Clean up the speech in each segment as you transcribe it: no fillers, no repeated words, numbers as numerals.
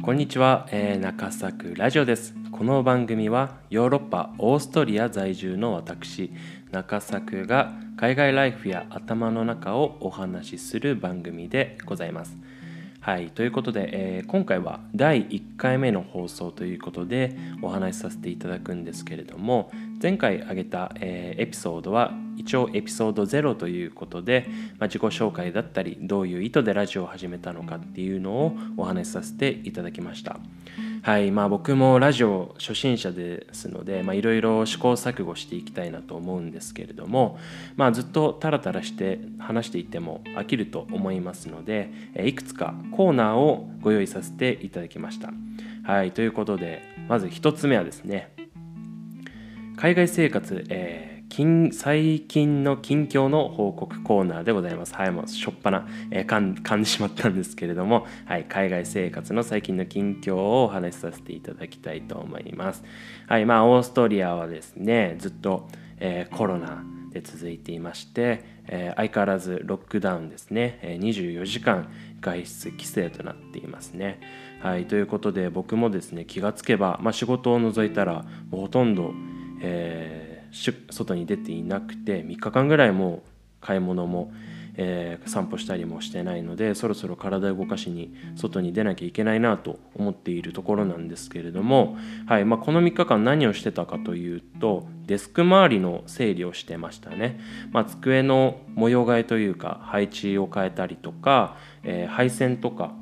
こんにちは、中作ラジオです。この番組はヨーロッパ、オーストリア在住の私、中作が海外ライフや頭の中をお話しする番組でございます。はい、ということで、今回は第1回目の放送ということでお話しさせていただくんですけれども、前回挙げた、エピソードは一応エピソード0ということで、自己紹介だったりどういう意図でラジオを始めたのかっていうのをお話しさせていただきました。はい、僕もラジオ初心者ですので、いろいろ試行錯誤していきたいなと思うんですけれども、ずっとタラタラして話していても飽きると思いますので、いくつかコーナーをご用意させていただきました。はい、ということで、まず一つ目はですね、海外生活、最近の近況の報告コーナーでございます。はい、もうしょっぱな、噛んでしまったんですけれども、はい、海外生活の最近の近況をお話しさせていただきたいと思います。はい、オーストリアはですね、ずっと、コロナで続いていまして、相変わらずロックダウンですね、24時間外出規制となっていますね。はい、ということで僕もですね、気がつけば、仕事を除いたらもうほとんど外に出ていなくて、3日間ぐらいもう買い物も、散歩したりもしてないので、そろそろ体を動かしに外に出なきゃいけないなと思っているところなんですけれども、はい、この3日間何をしてたかというと、デスク周りの整理をしてましたね。机の模様替えというか配置を変えたりとか、配線とか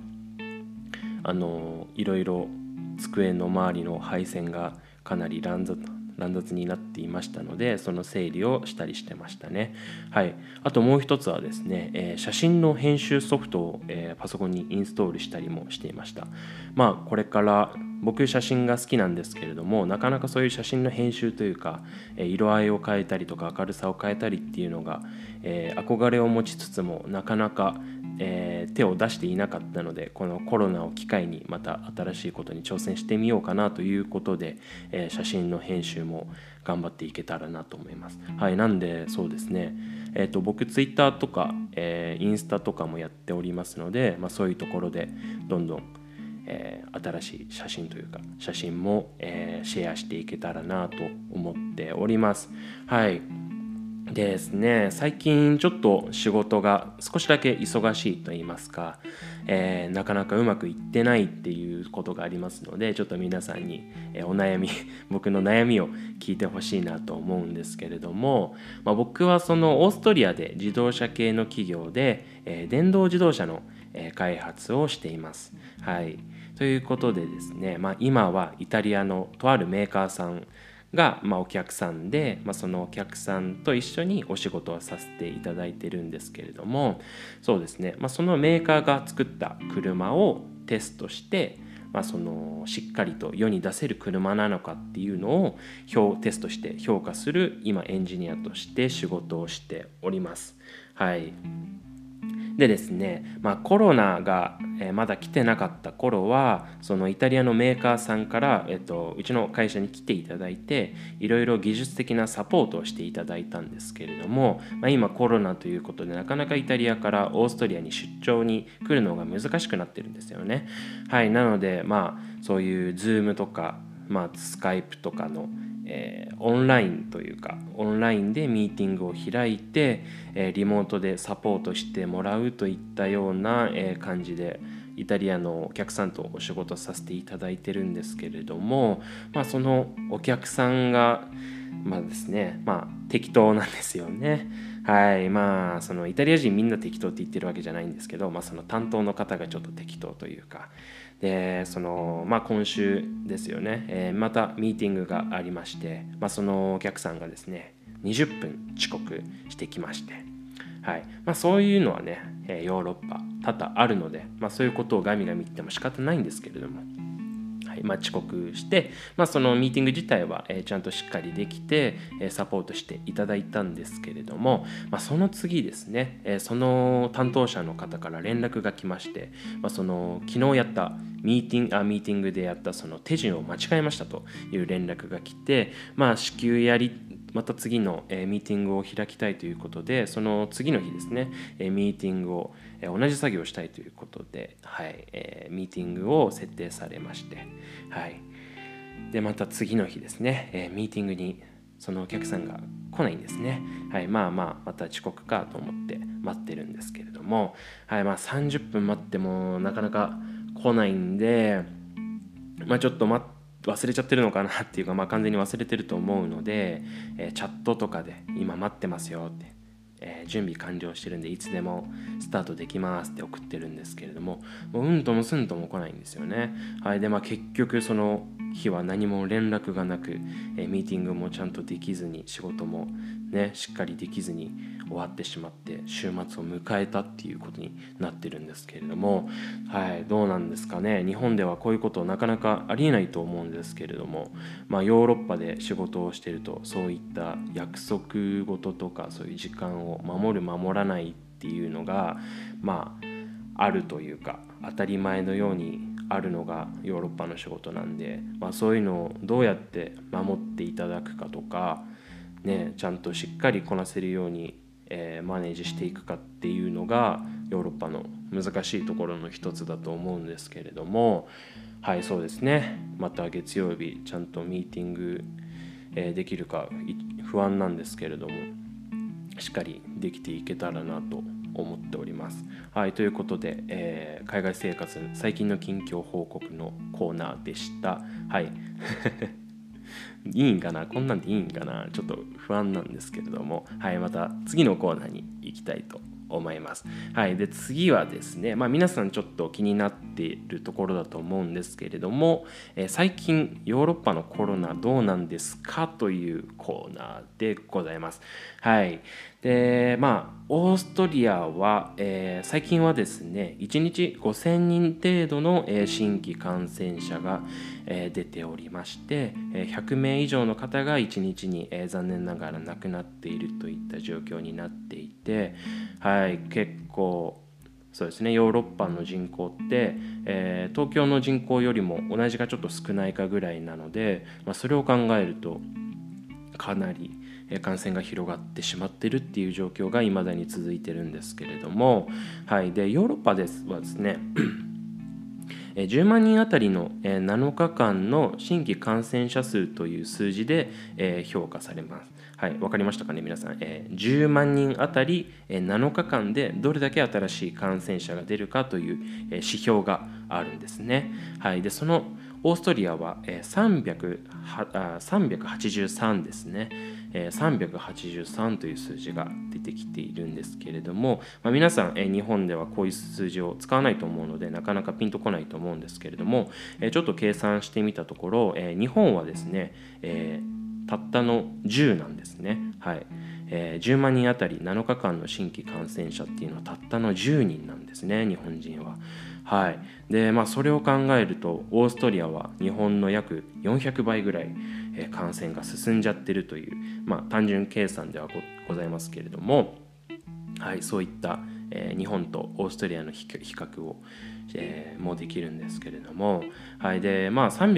いろいろ机の周りの配線がかなり乱雑になっていましたので、その整理をしたりしてましたね。はい、あともう一つはですね、写真の編集ソフトを、パソコンにインストールしたりもしていました。これから僕写真が好きなんですけれども、なかなかそういう写真の編集というか、色合いを変えたりとか明るさを変えたりっていうのが、憧れを持ちつつもなかなか手を出していなかったので、このコロナを機会にまた新しいことに挑戦してみようかなということで、写真の編集も頑張っていけたらなと思います。はい、なんでそうですね、僕ツイッターとか、インスタとかもやっておりますので、そういうところでどんどん新しい写真というか写真も、シェアしていけたらなと思っております。はい、ですね、最近ちょっと仕事が少しだけ忙しいと言いますか、なかなかうまくいってないっていうことがありますので、ちょっと皆さんに、お悩み僕の悩みを聞いてほしいなと思うんですけれども、僕はそのオーストリアで自動車系の企業で、電動自動車の開発をしています。はい、ということでですね、今はイタリアのとあるメーカーさんが、お客さんで、そのお客さんと一緒にお仕事をさせていただいてるんですけれども、そうですね、そのメーカーが作った車をテストして、そのしっかりと世に出せる車なのかっていうのをテストして評価する今エンジニアとして仕事をしております。はい、でですね、コロナがまだ来てなかった頃は、そのイタリアのメーカーさんから、うちの会社に来ていただいて、いろいろ技術的なサポートをしていただいたんですけれども、今コロナということでなかなかイタリアからオーストリアに出張に来るのが難しくなってるんですよね。はい、なのでそういう Zoom とか、スカイプとかのオンラインというかオンラインでミーティングを開いて、リモートでサポートしてもらうといったような、感じでイタリアのお客さんとお仕事させていただいてるんですけれども、そのお客さんがですね、適当なんですよね。はい、そのイタリア人みんな適当って言ってるわけじゃないんですけど、その担当の方がちょっと適当というかで、今週ですよね、またミーティングがありまして、そのお客さんがですね20分遅刻してきまして、はい、そういうのはね、ヨーロッパ多々あるので、そういうことをガミガミ言っても仕方ないんですけれども、はい、遅刻して、そのミーティング自体は、ちゃんとしっかりできて、サポートしていただいたんですけれども、その次ですね、その担当者の方から連絡が来まして、その昨日やったミーティングでやったその手順を間違えましたという連絡が来て、至急また次の、ミーティングを開きたいということで、その次の日ですね、ミーティングを、同じ作業をしたいということで、はい、ミーティングを設定されまして、はい、でまた次の日ですね、ミーティングにそのお客さんが来ないんですね。はい、また遅刻かと思って待ってるんですけれども、はい、30分待ってもなかなか来ないんで、ちょっと忘れちゃってるのかなっていうか、完全に忘れてると思うので、チャットとかで今待ってますよって、準備完了してるんでいつでもスタートできますって送ってるんですけれども、もううんともすんとも来ないんですよね。はい、で結局その日は何も連絡がなく、ミーティングもちゃんとできずに、仕事もねしっかりできずに終わってしまって、週末を迎えたっていうことになってるんですけれども、はい、どうなんですかね。日本ではこういうことなかなかありえないと思うんですけれども、ヨーロッパで仕事をしていると、そういった約束事とかそういう時間を守る守らないっていうのがあるというか、当たり前のようにあるのがヨーロッパの仕事なんで、そういうのをどうやって守っていただくかとかね、ちゃんとしっかりこなせるように、マネージしていくかっていうのがヨーロッパの難しいところの一つだと思うんですけれども、はい、そうですね。また月曜日ちゃんとミーティング、できるか不安なんですけれども、しっかりできていけたらなと思っております。はい、ということで、海外生活最近の近況報告のコーナーでした。はいいいんかな、こんなんでいいんかな、ちょっと不安なんですけれども、はい、また次のコーナーに行きたいと思います。はい、で次はですね、皆さんちょっと気になっているところだと思うんですけれども、最近ヨーロッパのコロナどうなんですかというコーナーでございます。はい、でオーストリアは、最近はですね1日5000人程度の、新規感染者が、出ておりまして、100名以上の方が1日に、残念ながら亡くなっているといった状況になっていて、はい、結構そうですね、ヨーロッパの人口って、東京の人口よりも同じかちょっと少ないかぐらいなので、それを考えるとかなり感染が広がってしまっているっていう状況が未だに続いてるんですけれども、はい、でヨーロッパはですね10万人あたりの7日間の新規感染者数という数字で評価されます。はい、わかりましたかね皆さん。10万人あたり7日間でどれだけ新しい感染者が出るかという指標があるんですね。はい、でそのオーストリアは383ですね。383という数字が出てきているんですけれども、皆さん日本ではこういう数字を使わないと思うのでなかなかピンとこないと思うんですけれども、ちょっと計算してみたところ、日本はですね、たったの10なんですね。はい、10万人あたり7日間の新規感染者っていうのはたったの10人なんですね、日本人は。はい、でそれを考えるとオーストリアは日本の約400倍ぐらい感染が進んじゃってるという、単純計算ではございますけれども、はい、そういった、日本とオーストリアの比較を、もできるんですけれども、はい、で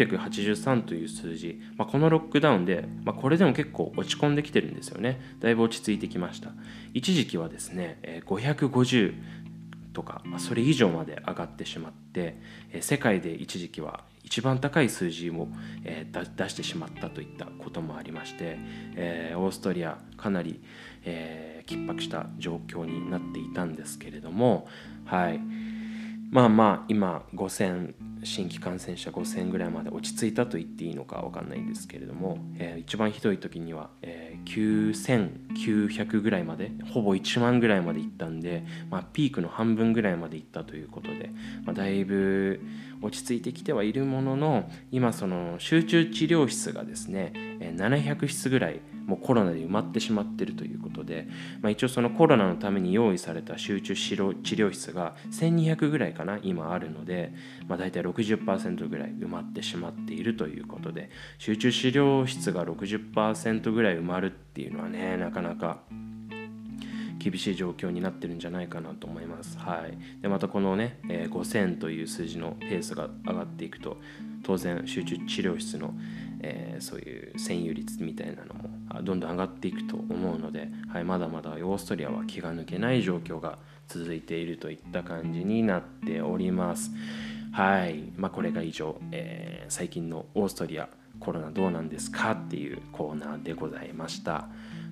383という数字、このロックダウンで、これでも結構落ち込んできてるんですよね。だいぶ落ち着いてきました。一時期はですね、550とかそれ以上まで上がってしまって、世界で一時期は一番高い数字を、出してしまったといったこともありまして、オーストリアかなり、緊迫した状況になっていたんですけれども、はい、今5000新規感染者5000ぐらいまで落ち着いたと言っていいのか分かんないんですけれども、一番ひどい時には、9900ぐらいまで、ほぼ1万ぐらいまでいったんで、ピークの半分ぐらいまでいったということで、だいぶ落ち着いてきてはいるものの、今その集中治療室がですね700室ぐらいもうコロナで埋まってしまっているということで、一応そのコロナのために用意された集中治療室が1200ぐらいかな今あるので、だいたい 60% ぐらい埋まってしまっているということで、集中治療室が 60% ぐらい埋まるっていうのはね、なかなか厳しい状況になってるんじゃないかなと思います。はい、でまたこのね、5000という数字のペースが上がっていくと、当然集中治療室の、 そういう占有率みたいなのもどんどん上がっていくと思うので、まだまだオーストリアは気が抜けない状況が続いているといった感じになっております。これが以上、最近のオーストリアコロナどうなんですかっていうコーナーでございました。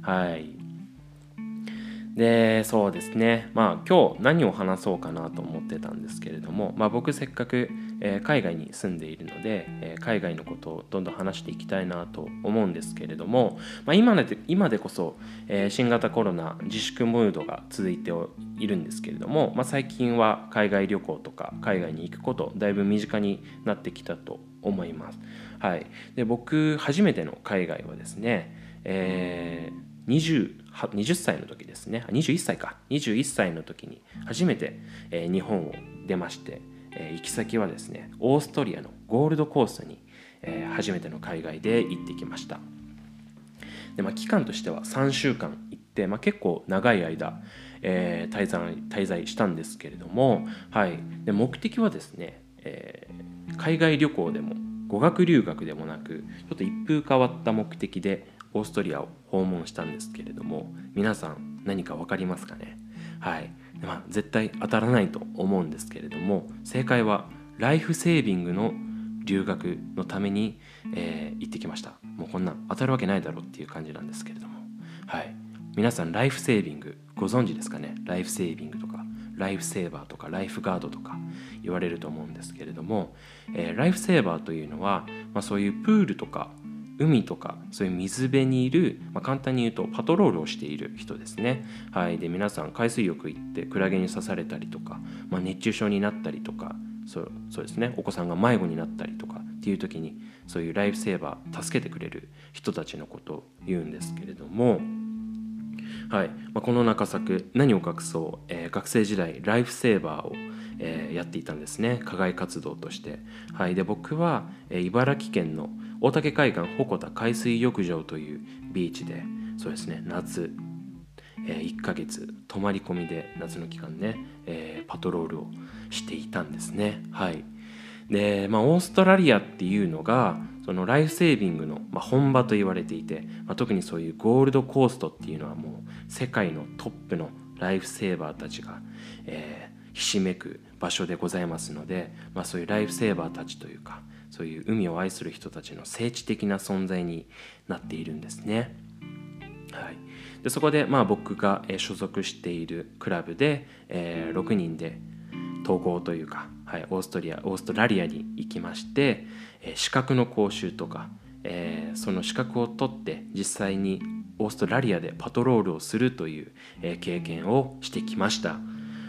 でそうですね、今日何を話そうかなと思ってたんですけれども、僕せっかく、海外に住んでいるので、海外のことをどんどん話していきたいなと思うんですけれども、今でこそ、新型コロナ自粛ムードが続いているんですけれども、最近は海外旅行とか海外に行くことだいぶ身近になってきたと思います。で僕初めての海外はですね、20歳の時ですね、21歳の時に初めて、日本を出まして、行き先はですねオーストリアのゴールドコーストに、初めての海外で行ってきました。で、期間としては3週間行って、結構長い間、滞在したんですけれども、で目的はですね、海外旅行でも語学留学でもなく、ちょっと一風変わった目的でオーストリアを訪問したんですけれども、皆さん何か分かりますかね。絶対当たらないと思うんですけれども、正解はライフセービングの留学のために、行ってきました。もうこんなん当たるわけないだろうっていう感じなんですけれども、皆さんライフセービングご存知ですかね。ライフセービングとかライフセーバーとかライフガードとか言われると思うんですけれども、ライフセーバーというのは、そういうプールとか海とかそういう水辺にいる、簡単に言うとパトロールをしている人ですね。で皆さん海水浴行ってクラゲに刺されたりとか、熱中症になったりとか、そうですね、お子さんが迷子になったりとかっていう時に、そういうライフセーバー助けてくれる人たちのことを言うんですけれども、この中作何を隠そう、学生時代ライフセーバーを、やっていたんですね、課外活動として。で僕は、茨城県の大竹海岸鉾田海水浴場というビーチで、そうですね、夏、1ヶ月泊まり込みで夏の期間ね、パトロールをしていたんですね。で、オーストラリアっていうのがそのライフセービングの、本場と言われていて、特にそういうゴールドコーストっていうのはもう世界のトップのライフセーバーたちが、ひしめく場所でございますので、そういうライフセーバーたちというか、そういう海を愛する人たちの聖地的な存在になっているんですね。でそこで僕が所属しているクラブで、6人で登校というか、オーストラリアに行きまして、資格の講習とか、その資格を取って実際にオーストラリアでパトロールをするという、経験をしてきました。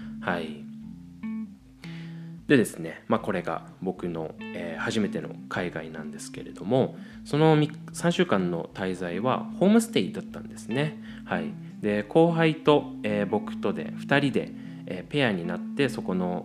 でですね、これが僕の、初めての海外なんですけれども、その3週間の滞在はホームステイだったんですね。で後輩と、僕とで2人で、ペアになってそこの、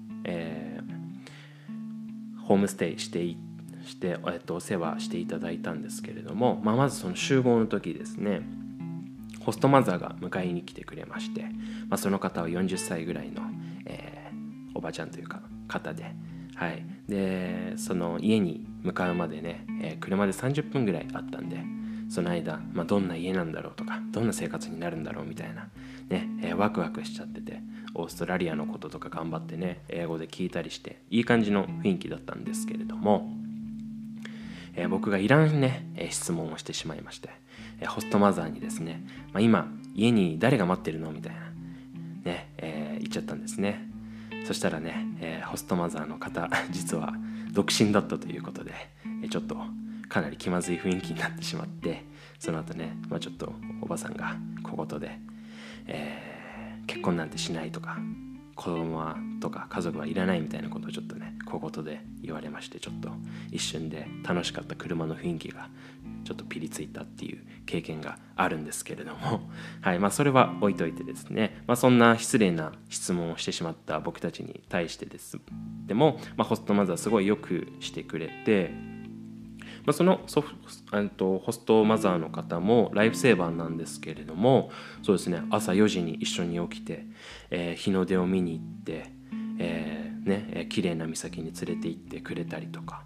ホームステイして、お世話していただいたんですけれども、まずその集合の時ですね、ホストマザーが迎えに来てくれまして、その方は40歳ぐらいの、おばちゃんというか方で、でその家に向かうまでね、車で30分ぐらいあったんで、その間、どんな家なんだろうとかどんな生活になるんだろうみたいなね、ワクワクしちゃってて、オーストラリアのこととか頑張ってね英語で聞いたりしていい感じの雰囲気だったんですけれども、僕がいらんね、質問をしてしまいまして、ホストマザーにですね、今家に誰が待ってるのみたいなね、言っちゃったんですね。そしたらね、ホストマザーの方実は独身だったということで、ちょっとかなり気まずい雰囲気になってしまって、その後ね、ちょっとおばさんが小言で、結婚なんてしないとか子供はとか家族はいらないみたいなことをちょっとね小言で言われまして、ちょっと一瞬で楽しかった車の雰囲気がちょっとピリついたっていう経験があるんですけれどもそれは置いといてですね、そんな失礼な質問をしてしまった僕たちに対してでも、ホストマザーすごいよくしてくれて、そのホストマザーの方もライフセーバーなんですけれども、そうですね、朝4時に一緒に起きて、日の出を見に行って、綺麗な岬に連れて行ってくれたりとか、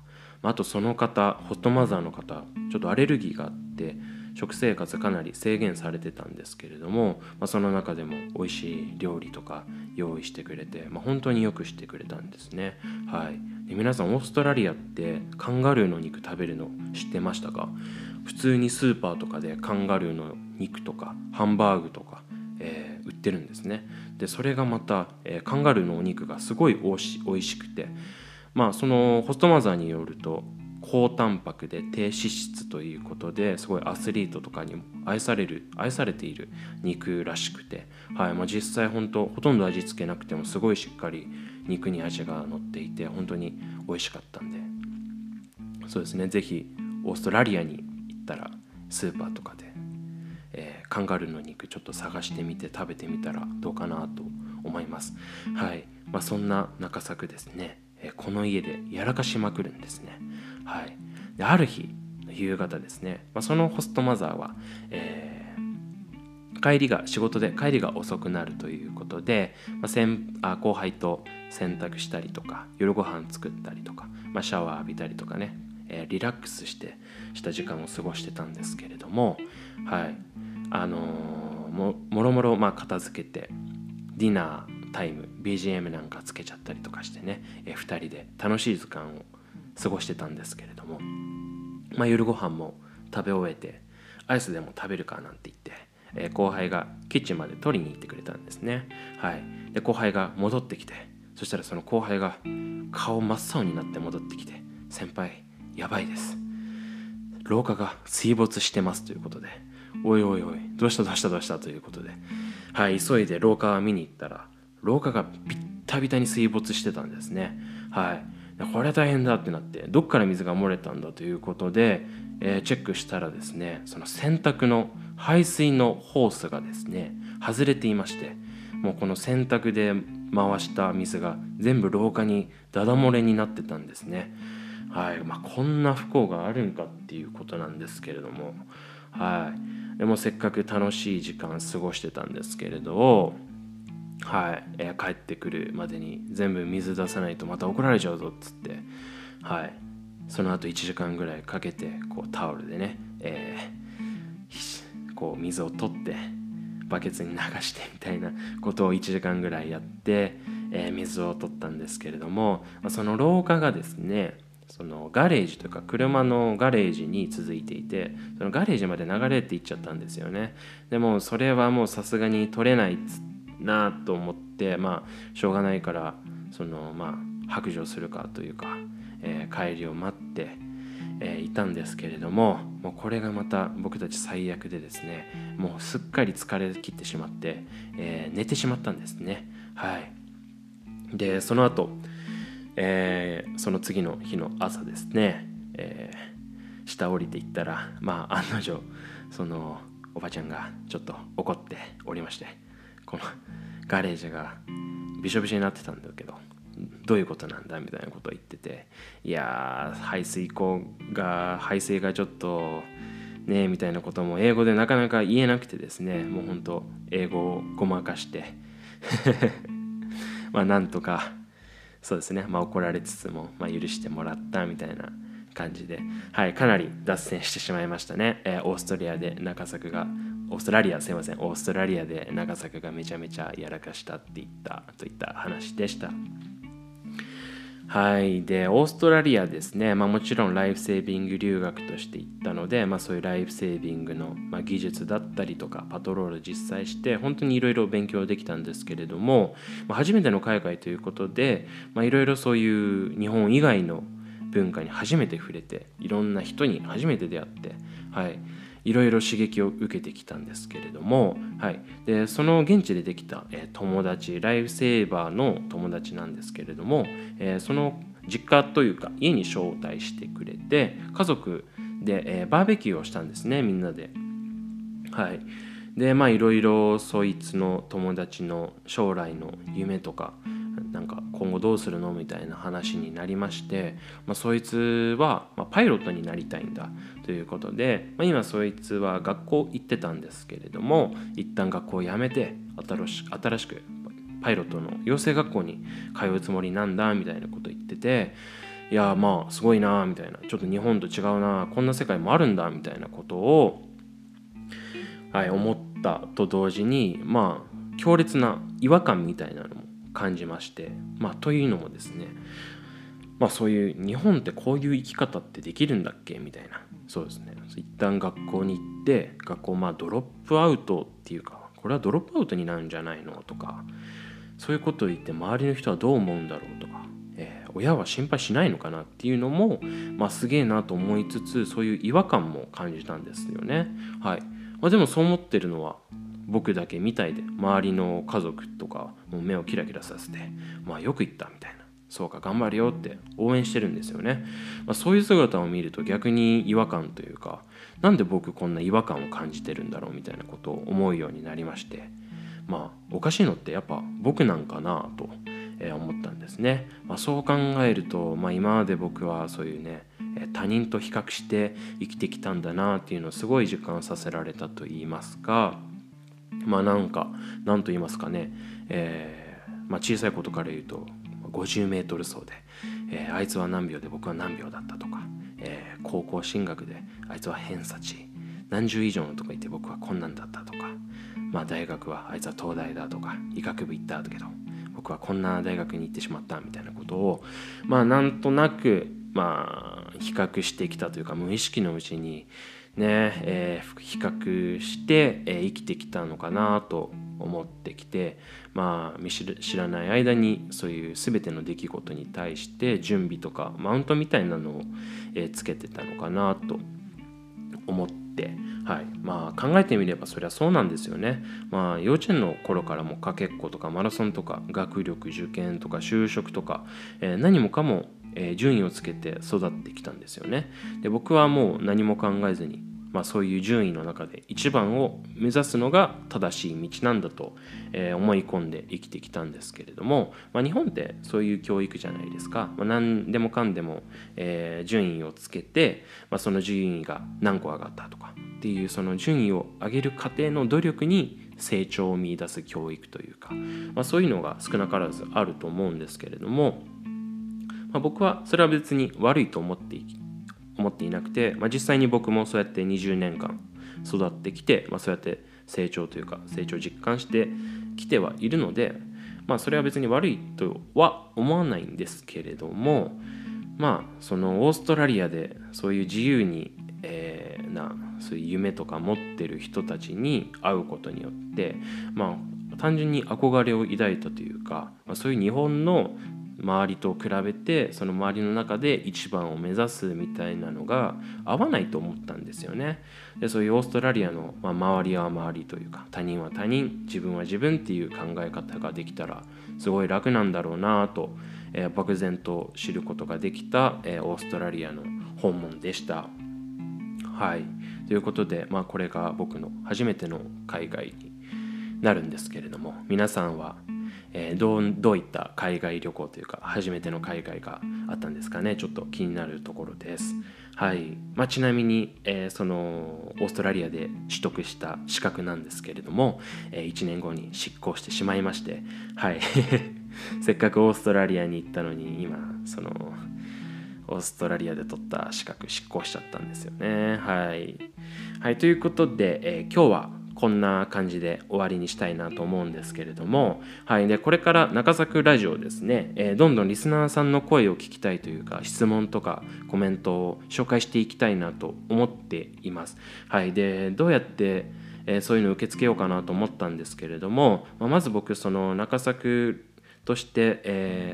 あとその方、ホストマザーの方、ちょっとアレルギーがあって食生活かなり制限されてたんですけれども、その中でも美味しい料理とか用意してくれて、本当によくしてくれたんですね。はい。で、皆さんオーストラリアってカンガルーの肉食べるの知ってましたか？普通にスーパーとかでカンガルーの肉とかハンバーグとか、売ってるんですね。でそれがまた、カンガルーのお肉がすごいおいしくて、そのホストマザーによると高タンパクで低脂質ということですごいアスリートとかにも愛されている肉らしくて、はい、実際ほとんど味付けなくてもすごいしっかり肉に味が乗っていて本当に美味しかったんで、そうですね、ぜひオーストラリアに行ったらスーパーとかで、カンガルーの肉ちょっと探してみて食べてみたらどうかなと思います。はい。そんな中作ですね、この家でやらかしまくるんですね。はい。である日の夕方ですね、そのホストマザーは、仕事で帰りが遅くなるということで、後輩と洗濯したりとか夜ご飯作ったりとか、シャワー浴びたりとかね、リラックスした時間を過ごしてたんですけれども、はい、もろもろ片付けてディナータイム BGM なんかつけちゃったりとかしてね、2人で楽しい時間を過ごしてたんですけれども、夜ご飯も食べ終えてアイスでも食べるかなんて言って、後輩がキッチンまで取りに行ってくれたんですね。はい。で後輩が戻ってきて、そしたらその後輩が顔真っ青になって戻ってきて、先輩やばいです、廊下が水没してますということで、おいおいおいどうしたということで、はい、急いで廊下を見に行ったら廊下がビッタビタに水没してたんですね。はい。これは大変だってなって、どっから水が漏れたんだということで、チェックしたらですね、その洗濯の排水のホースがですね外れていまして、もうこの洗濯で回した水が全部廊下にダダ漏れになってたんですね。はい。こんな不幸があるんかっていうことなんですけれども、はい。でもせっかく楽しい時間過ごしてたんですけれど、はい、帰ってくるまでに全部水出さないとまた怒られちゃうぞっつって、はい、その後1時間ぐらいかけてタオルでね、水を取ってバケツに流してみたいなことを1時間ぐらいやって、水を取ったんですけれども、その廊下がですね、そのガレージというか車のガレージに続いていて、そのガレージまで流れていっちゃったんですよね。でもそれはもうさすがに取れないなと思って、しょうがないから白状するかというか、帰りを待って、いたんですけれども、もうこれがまた僕たち最悪でですね、もうすっかり疲れ切ってしまって、寝てしまったんですね。はい。でその後、その次の日の朝ですね、下降りていったら、案の定そのおばちゃんがちょっと怒っておりまして、このガレージがびしょびしょになってたんだけど、どういうことなんだみたいなことを言ってて、いやー排水がちょっとねみたいなことも英語でなかなか言えなくてですね、もうほんと英語をごまかしてなんとかそうですね、怒られつつも、許してもらったみたいな感じで、はい、かなり脱線してしまいましたね。オーストラリアで中作がめちゃめちゃやらかしたといった話でした。はい。でオーストラリアですね、もちろんライフセービング留学として行ったので、そういうライフセービングの、技術だったりとかパトロール実際して本当にいろいろ勉強できたんですけれども、初めての海外ということでいろいろそういう日本以外の文化に初めて触れて、いろんな人に初めて出会って、はい、いろいろ刺激を受けてきたんですけれども、はい、でその現地でできた、友達、ライフセーバーの友達なんですけれども、その実家というか家に招待してくれて、家族で、バーベキューをしたんですね、みんなで。はい。でいろいろそいつの友達の将来の夢とか、なんか今後どうするのみたいな話になりまして、そいつは、パイロットになりたいんだということで、今そいつは学校行ってたんですけれども、一旦学校を辞めて新しくパイロットの養成学校に通うつもりなんだみたいなこと言ってて、 いやまあすごいなみたいな、ちょっと日本と違うな、こんな世界もあるんだみたいなことを、思ったと同時に、強烈な違和感みたいなのも感じまして、というのもですね、そういう日本ってこういう生き方ってできるんだっけみたいな、そうですね、一旦学校に行って、学校ドロップアウトっていうか、これはドロップアウトになるんじゃないのとか、そういうことを言って周りの人はどう思うんだろうとか、親は心配しないのかなっていうのも、すげえなと思いつつ、そういう違和感も感じたんですよね。でもそう思ってるのは僕だけみたいで、周りの家族とかもう目をキラキラさせて、よく言ったみたいな、そうか頑張れよって応援してるんですよね。そういう姿を見ると逆に違和感というか、なんで僕こんな違和感を感じてるんだろうみたいなことを思うようになりまして、おかしいのってやっぱ僕なんかなと思ったんですね。そう考えると、今まで僕はそういうね、他人と比較して生きてきたんだなっていうのをすごい実感させられたと言いますか、なんと言いますかね、小さいことから言うと50メートル走で、あいつは何秒で僕は何秒だったとか、高校進学であいつは偏差値何十以上のとこ行って僕はこんなんだったとか、大学はあいつは東大だとか医学部行ったけど僕はこんな大学に行ってしまったみたいなことをなんとなく比較してきたというか、無意識のうちにね、比較して、生きてきたのかなと思ってきて、知らない間にそういう全ての出来事に対して準備とかマウントみたいなのを、つけてたのかなと思って、考えてみればそりゃそうなんですよね。幼稚園の頃からもかけっことかマラソンとか学力受験とか就職とか、何もかも順位をつけて育ってきたんですよね。で僕はもう何も考えずに、そういう順位の中で一番を目指すのが正しい道なんだと、思い込んで生きてきたんですけれども、日本ってそういう教育じゃないですか。何でもかんでも、順位をつけて、その順位が何個上がったとかっていう、その順位を上げる過程の努力に成長を見出す教育というか、そういうのが少なからずあると思うんですけれども、僕はそれは別に悪いと思っていなくて、実際に僕もそうやって20年間育ってきて、そうやって成長というか成長を実感してきてはいるので、それは別に悪いとは思わないんですけれども、そのオーストラリアでそういう自由に、そういう夢とか持ってる人たちに会うことによって、単純に憧れを抱いたというか、そういう日本の周りと比べてその周りの中で一番を目指すみたいなのが合わないと思ったんですよね。でそういうオーストラリアの、周りは周りというか他人は他人自分は自分っていう考え方ができたらすごい楽なんだろうなと、漠然と知ることができた、オーストラリアの訪問でした。ということで、これが僕の初めての海外になるんですけれども、皆さんはどういった海外旅行というか初めての海外があったんですかね。ちょっと気になるところです。ちなみに、そのオーストラリアで取得した資格なんですけれども、1年後に失効してしまいまして、せっかくオーストラリアに行ったのに今そのオーストラリアで取った資格失効しちゃったんですよね。ということで、今日はこんな感じで終わりにしたいなと思うんですけれども、でこれから中作ラジオですね、どんどんリスナーさんの声を聞きたいというか質問とかコメントを紹介していきたいなと思っています。でどうやってそういうのを受け付けようかなと思ったんですけれども、まず僕その中作として、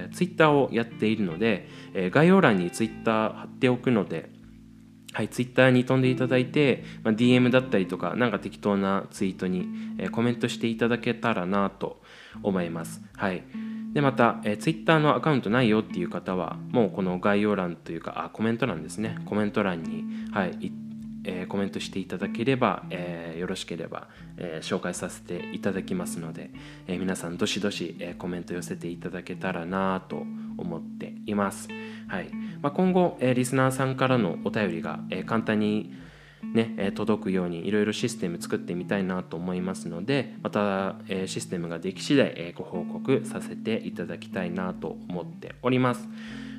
ツイッターをやっているので、概要欄にツイッター貼っておくので、ツイッターに飛んでいただいて、DM だったりとかなんか適当なツイートに、コメントしていただけたらなと思います。でまた、ツイッターのアカウントないよっていう方はもうこの概要欄というかコメント欄ですね、コメント欄に、コメントしていただければ、よろしければ、紹介させていただきますので、皆さんどしどし、コメント寄せていただけたらなと思っています。今後、リスナーさんからのお便りが、簡単に届くようにいろいろシステム作ってみたいなと思いますので、また、システムができ次第、ご報告させていただきたいなと思っております。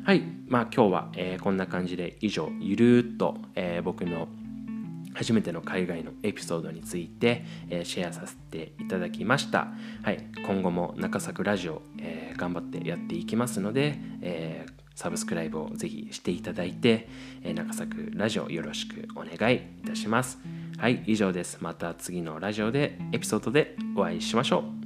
はい、今日は、こんな感じで以上ゆるーっと、僕の初めての海外のエピソードについて、シェアさせていただきました。はい、今後も中作ラジオ、頑張ってやっていきますので、サブスクライブをぜひしていただいて、中作ラジオよろしくお願いいたします。はい、以上です。また次のラジオでエピソードでお会いしましょう。